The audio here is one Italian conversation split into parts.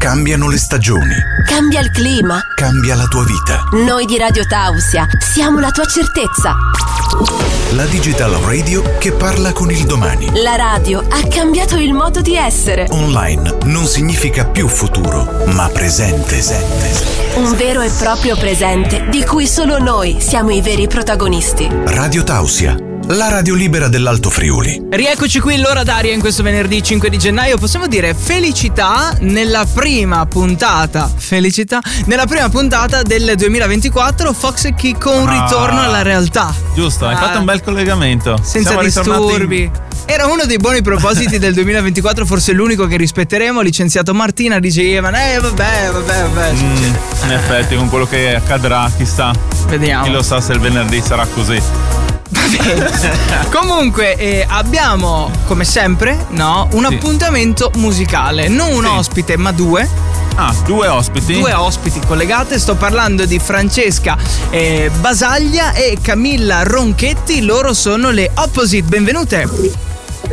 cambiano le stagioni, cambia il clima, cambia la tua vita. Noi di Radio Tausia siamo la tua certezza. La Digital Radio che parla con il domani. La radio ha cambiato il modo di essere. Online non significa più futuro, ma presente. Un vero e proprio presente di cui solo noi siamo i veri protagonisti. Radio Tausia, la radio libera dell'Alto Friuli. Rieccoci qui in l'ora d'aria in questo venerdì 5 di gennaio. Possiamo dire felicità nella prima puntata. Felicità nella prima puntata del 2024. Fox e Chicco, un ritorno alla realtà. Giusto, hai fatto un bel collegamento. Senza Siamo disturbi. Era uno dei buoni propositi del 2024, forse l'unico che rispetteremo. Licenziato Martina, diceva vabbè. In effetti, con quello che accadrà, chissà. Vediamo. Chi lo sa se il venerdì sarà così. Comunque abbiamo come sempre un appuntamento musicale, non un ospite ma due. Due ospiti. Due ospiti collegate. Sto parlando di Francesca Basaglia e Camilla Ronchetti. Loro sono le Opposite. Benvenute.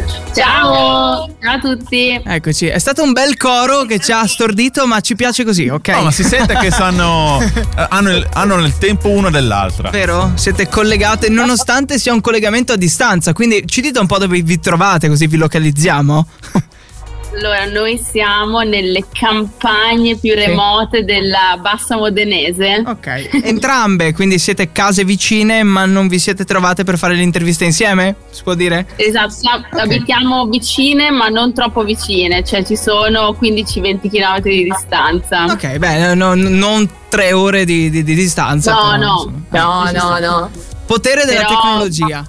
Ciao a tutti. Eccoci, è stato un bel coro che ci ha stordito, ma ci piace così, ok? No, ma si sente che hanno il tempo una dell'altra. Vero? Siete collegate nonostante sia un collegamento a distanza. Quindi ci dite un po' dove vi trovate, così vi localizziamo. Allora, noi siamo nelle campagne più remote della Bassa Modenese. Ok, entrambe, quindi siete case vicine ma non vi siete trovate per fare l'intervista insieme? Si può dire? Esatto, abitiamo vicine ma non troppo vicine, cioè ci sono 15-20 km di distanza. Ok, beh, non 3 ore di distanza. No. Potere della tecnologia.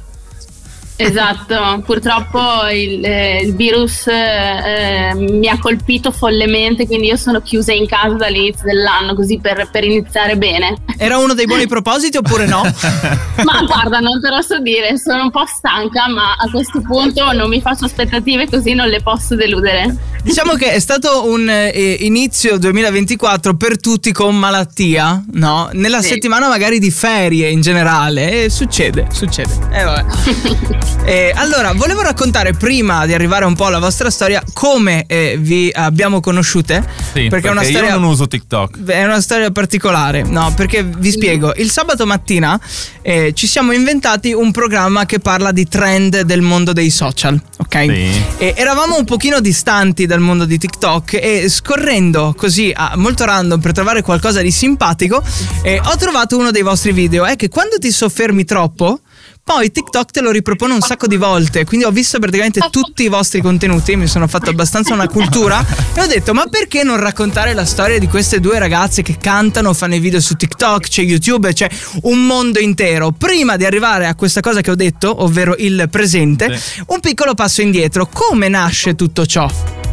Esatto, purtroppo il virus mi ha colpito follemente, quindi io sono chiusa in casa dall'inizio dell'anno, così per iniziare bene. Era uno dei buoni propositi oppure no? Ma guarda, non te lo so dire, sono un po' stanca, ma a questo punto non mi faccio aspettative, così non le posso deludere. Diciamo che è stato un inizio 2024 per tutti con malattia, no? Nella settimana magari di ferie in generale, succede. Vabbè. Allora, volevo raccontare prima di arrivare un po' alla vostra storia come vi abbiamo conosciute. Sì, perché è una storia, io non uso TikTok. È una storia particolare, no? Perché vi spiego. Il sabato mattina ci siamo inventati un programma che parla di trend del mondo dei social, ok? Sì. Eravamo un pochino distanti dal mondo di TikTok e scorrendo così molto random per trovare qualcosa di simpatico ho trovato uno dei vostri video. È che quando ti soffermi troppo poi TikTok te lo ripropone un sacco di volte, quindi ho visto praticamente tutti i vostri contenuti, mi sono fatto abbastanza una cultura e ho detto ma perché non raccontare la storia di queste due ragazze che cantano, fanno i video su TikTok, c'è YouTube, c'è un mondo intero. Prima di arrivare a questa cosa che ho detto, ovvero il presente, un piccolo passo indietro. Come nasce tutto ciò?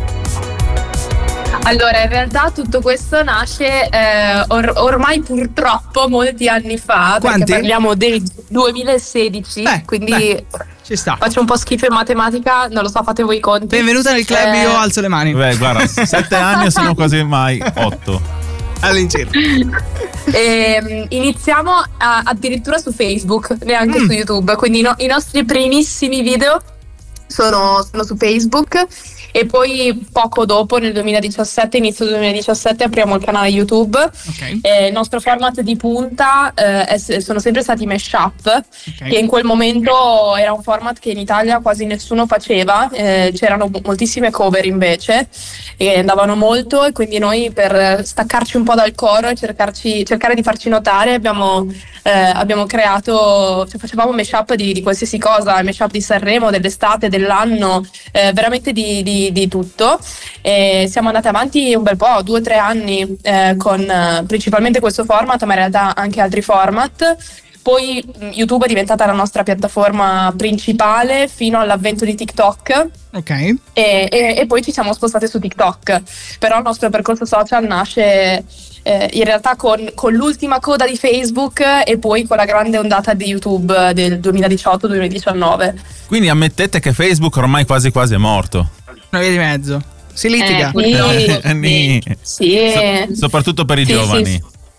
Allora, in realtà tutto questo nasce ormai purtroppo molti anni fa. Quanti? Perché parliamo del 2016, quindi ci sta. Faccio un po' schifo in matematica, non lo so, fate voi i conti. Benvenuta nel club, io alzo le mani. Beh, guarda, 7 anni sono quasi mai 8. All'incirca. Iniziamo addirittura su Facebook, neanche su YouTube, quindi i nostri primissimi video sono su Facebook. E poi poco dopo, nel 2017, inizio 2017, apriamo il canale YouTube. Il nostro format di punta sono sempre stati mashup, che in quel momento era un format che in Italia quasi nessuno faceva. C'erano moltissime cover invece e andavano molto, e quindi noi, per staccarci un po' dal coro e cercare di farci notare, abbiamo creato, facevamo mashup di qualsiasi cosa, mashup di Sanremo, dell'estate, dell'anno, veramente di tutto. E siamo andati avanti un bel po', 2 o 3 anni con principalmente questo format, ma in realtà anche altri format. Poi YouTube è diventata la nostra piattaforma principale fino all'avvento di TikTok. E poi ci siamo spostati su TikTok. Però il nostro percorso social nasce in realtà con l'ultima coda di Facebook e poi con la grande ondata di YouTube del 2018-2019. Quindi ammettete che Facebook ormai quasi quasi è morto. Una via di mezzo. Si litiga. Sì. Soprattutto per i giovani. Sì.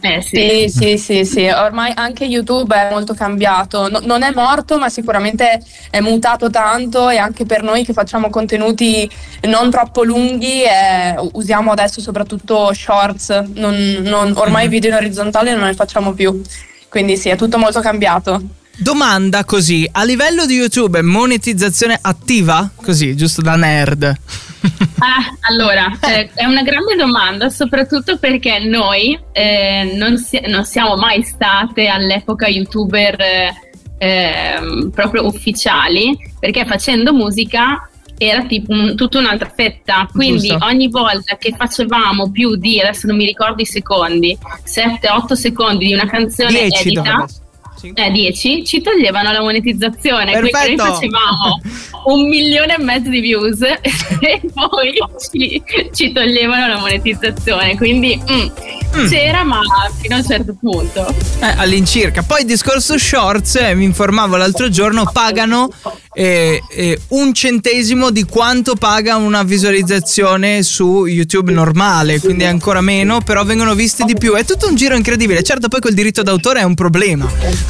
Sì, ormai anche YouTube è molto cambiato, non è morto, ma sicuramente è mutato tanto, e anche per noi che facciamo contenuti non troppo lunghi usiamo adesso soprattutto shorts, ormai video in orizzontale non ne facciamo più, quindi sì, è tutto molto cambiato. Domanda così, a livello di YouTube monetizzazione attiva? Così, giusto da nerd. Allora, è una grande domanda, soprattutto perché noi non siamo mai state all'epoca YouTuber proprio ufficiali, perché facendo musica era tipo tutta un'altra fetta, quindi Giusto. ogni volta che facevamo più di, adesso non mi ricordo i secondi, 7-8 secondi di una canzone 10 edita, 10 ci toglievano la monetizzazione. Perfetto. Quindi noi facevamo 1,5 milioni di views e poi ci toglievano la monetizzazione, quindi c'era, ma fino a un certo punto All'incirca. Poi discorso shorts, mi informavo l'altro giorno, pagano 1 centesimo di quanto paga una visualizzazione su YouTube normale, quindi ancora meno, però vengono visti di più. È tutto un giro incredibile. Certo, poi quel diritto d'autore è un problema.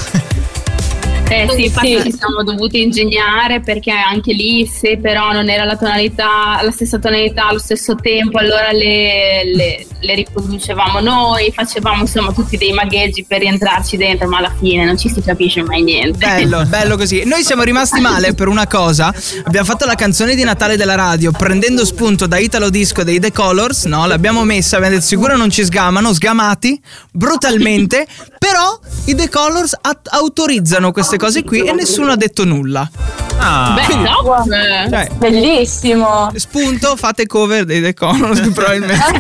Sì, infatti ci siamo dovuti ingegnare, perché anche lì, se però non era la stessa tonalità allo stesso tempo, allora le riproducevamo noi, facevamo insomma tutti dei magheggi per rientrarci dentro, ma alla fine non ci si capisce mai niente. Bello così. Noi siamo rimasti male per una cosa. Abbiamo fatto la canzone di Natale della radio prendendo spunto da Italo Disco dei The Colors, no? L'abbiamo messa, abbiamo detto sicuro non ci sgamati brutalmente, però i The Colors autorizzano queste cose qui e nessuno ha detto nulla. Beh, Bellissimo. Spunto, fate cover dei The Colors probabilmente.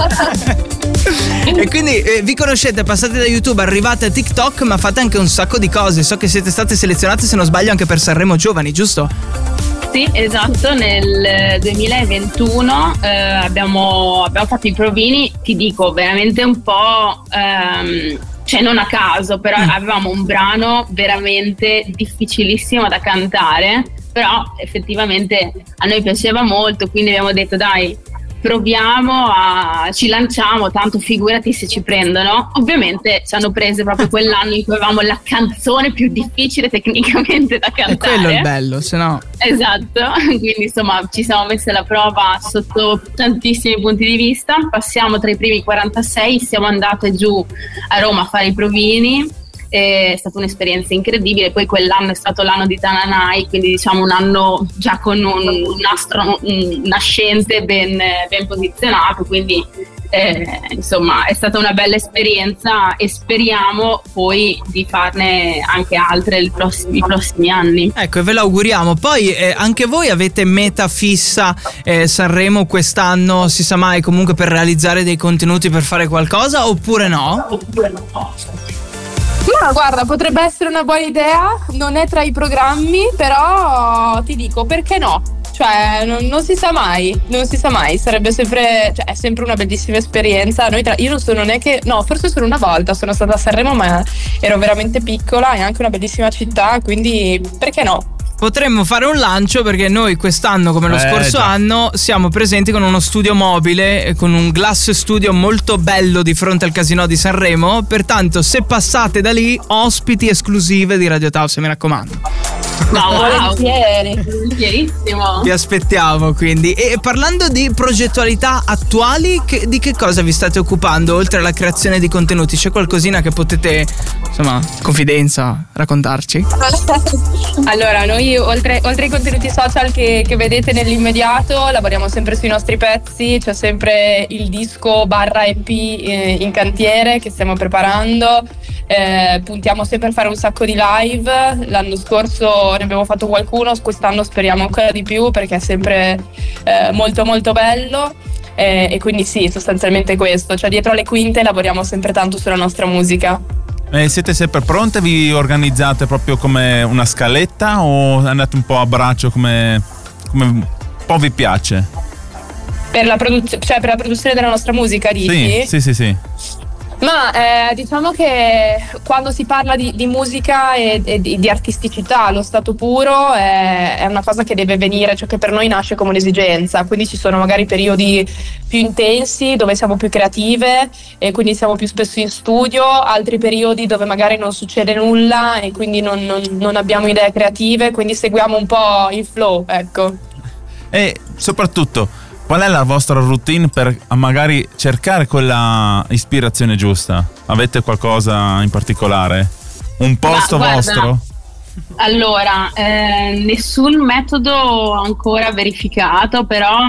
E quindi vi conoscete, passate da YouTube, arrivate a TikTok, ma fate anche un sacco di cose. So che siete state selezionate, se non sbaglio, anche per Sanremo Giovani, giusto? Sì, esatto, nel 2021 abbiamo fatto i provini, ti dico veramente un po', cioè non a caso, però avevamo un brano veramente difficilissimo da cantare, però effettivamente a noi piaceva molto, quindi abbiamo detto dai, ci lanciamo, tanto figurati se ci prendono. Ovviamente ci hanno prese proprio quell'anno in cui avevamo la canzone più difficile tecnicamente da cantare. E quello è il bello, se no. Esatto, quindi insomma ci siamo messi alla prova sotto tantissimi punti di vista. Passiamo tra i primi 46, siamo andate giù a Roma a fare i provini. È stata un'esperienza incredibile. Poi quell'anno è stato l'anno di Tananai, quindi diciamo un anno già con un nastro nascente ben posizionato, quindi insomma è stata una bella esperienza e speriamo poi di farne anche altre i prossimi anni. Ecco, e ve lo auguriamo. Poi anche voi avete meta fissa Sanremo quest'anno, si sa mai, comunque per realizzare dei contenuti, per fare qualcosa, oppure no? Ma guarda, potrebbe essere una buona idea, non è tra i programmi, però ti dico, perché no? Cioè, non si sa mai, sarebbe sempre, cioè, è sempre una bellissima esperienza. Io forse solo una volta sono stata a Sanremo, ma ero veramente piccola, è anche una bellissima città, quindi perché no? Potremmo fare un lancio, perché noi quest'anno, come lo scorso anno, siamo presenti con uno studio mobile, con un glass studio molto bello di fronte al Casinò di Sanremo. Pertanto, se passate da lì, ospiti esclusive di Radio Taos, mi raccomando. Volentierissimo. Vi aspettiamo, quindi. E parlando di progettualità attuali, di che cosa vi state occupando oltre alla creazione di contenuti? C'è qualcosina che potete, insomma, confidenza, raccontarci? Allora, noi oltre ai contenuti social che vedete nell'immediato, lavoriamo sempre sui nostri pezzi. C'è sempre il disco /EP in cantiere che stiamo preparando. Puntiamo sempre a fare un sacco di live. L'anno scorso ne abbiamo fatto qualcuno, quest'anno speriamo ancora di più, perché è sempre molto molto bello. E quindi sì, sostanzialmente questo, cioè dietro le quinte lavoriamo sempre tanto sulla nostra musica. Siete sempre pronte? Vi organizzate proprio come una scaletta o andate un po' a braccio come un po' vi piace? Per la produzione della nostra musica, dici? Sì. Ma diciamo che quando si parla di musica e di artisticità allo stato puro è una cosa che deve venire, cioè che per noi nasce come un'esigenza, quindi ci sono magari periodi più intensi dove siamo più creative e quindi siamo più spesso in studio, altri periodi dove magari non succede nulla e quindi non abbiamo idee creative, quindi seguiamo un po' il flow, ecco. E soprattutto, qual è la vostra routine per magari cercare quella ispirazione giusta? Avete qualcosa in particolare? Un posto vostro? Allora, nessun metodo ancora verificato, però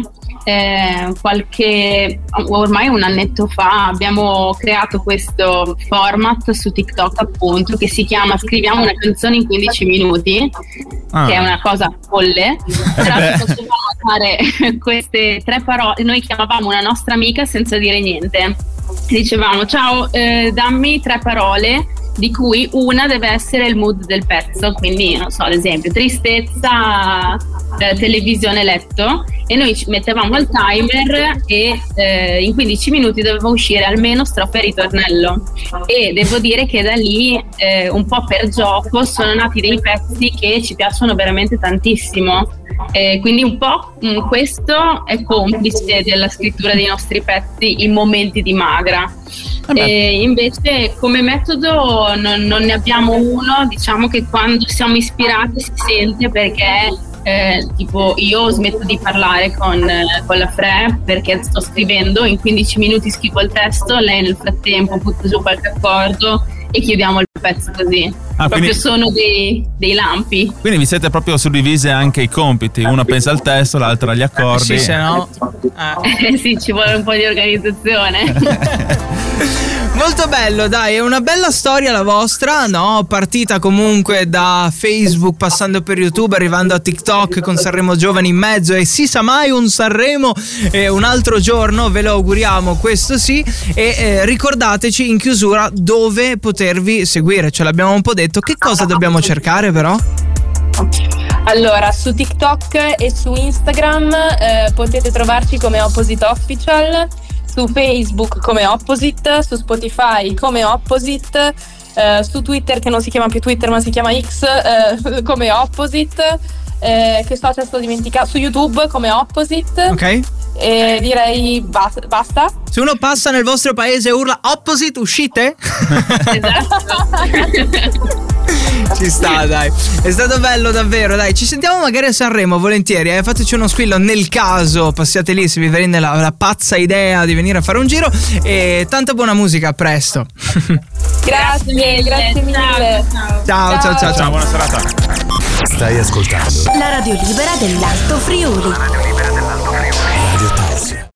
ormai un annetto fa abbiamo creato questo format su TikTok, appunto, che si chiama Scriviamo una canzone in 15 minuti, che è una cosa folle, però ci possiamo fare queste 3 parole. Noi chiamavamo una nostra amica senza dire niente, dicevamo: ciao, dammi 3 parole di cui una deve essere il mood del pezzo, quindi non so, ad esempio tristezza, televisione, letto, e noi ci mettevamo il timer e in 15 minuti doveva uscire almeno strofa e ritornello, e devo dire che da lì un po' per gioco sono nati dei pezzi che ci piacciono veramente tantissimo, quindi un po' questo è complice della scrittura dei nostri pezzi in momenti di magra. E invece come metodo non ne abbiamo uno, diciamo che quando siamo ispirati si sente, perché tipo io smetto di parlare con la Fre perché sto scrivendo, in 15 minuti scrivo il testo, lei nel frattempo butta giù qualche accordo e chiudiamo il pezzo così. Proprio quindi sono dei lampi. Quindi vi siete proprio suddivise anche i compiti, una pensa al testo, l'altra agli accordi. Sì, se no sì, ci vuole un po' di organizzazione. Molto bello, dai, è una bella storia la vostra, no? Partita comunque da Facebook, passando per YouTube, arrivando a TikTok con Sanremo Giovani in mezzo, e si sa mai un Sanremo un altro giorno, ve lo auguriamo, questo sì. E ricordateci in chiusura dove potervi seguire, ce l'abbiamo un po' detto, che cosa dobbiamo cercare però? Allora, su TikTok e su Instagram potete trovarci come Opposite Official, su Facebook come Opposite, su Spotify come Opposite, su Twitter, che non si chiama più Twitter ma si chiama X, come Opposite, che social sto dimenticando, su YouTube come Opposite. Ok. E direi basta. Se uno passa nel vostro paese e urla Opposite, uscite? Esatto. Ci sta, dai. È stato bello davvero, dai. Ci sentiamo magari a Sanremo, volentieri. Fateci uno squillo nel caso passiate lì, se vi viene la pazza idea di venire a fare un giro. E tanta buona musica, a presto. Grazie mille. Ciao. Buona serata. Stai ascoltando La radio libera dell'Alto Friuli.